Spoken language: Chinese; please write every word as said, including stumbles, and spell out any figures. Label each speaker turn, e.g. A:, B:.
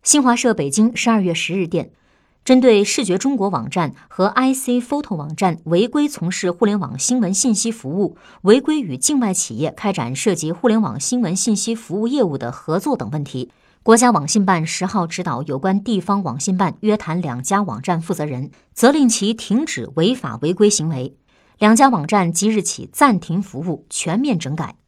A: 新华社北京十二月十日电，针对视觉中国网站和 I C Photo 网站违规从事互联网新闻信息服务、违规与境外企业开展涉及互联网新闻信息服务业务的合作等问题，国家网信办十号指导有关地方网信办约谈两家网站负责人，责令其停止违法违规行为。两家网站即日起暂停服务，全面整改。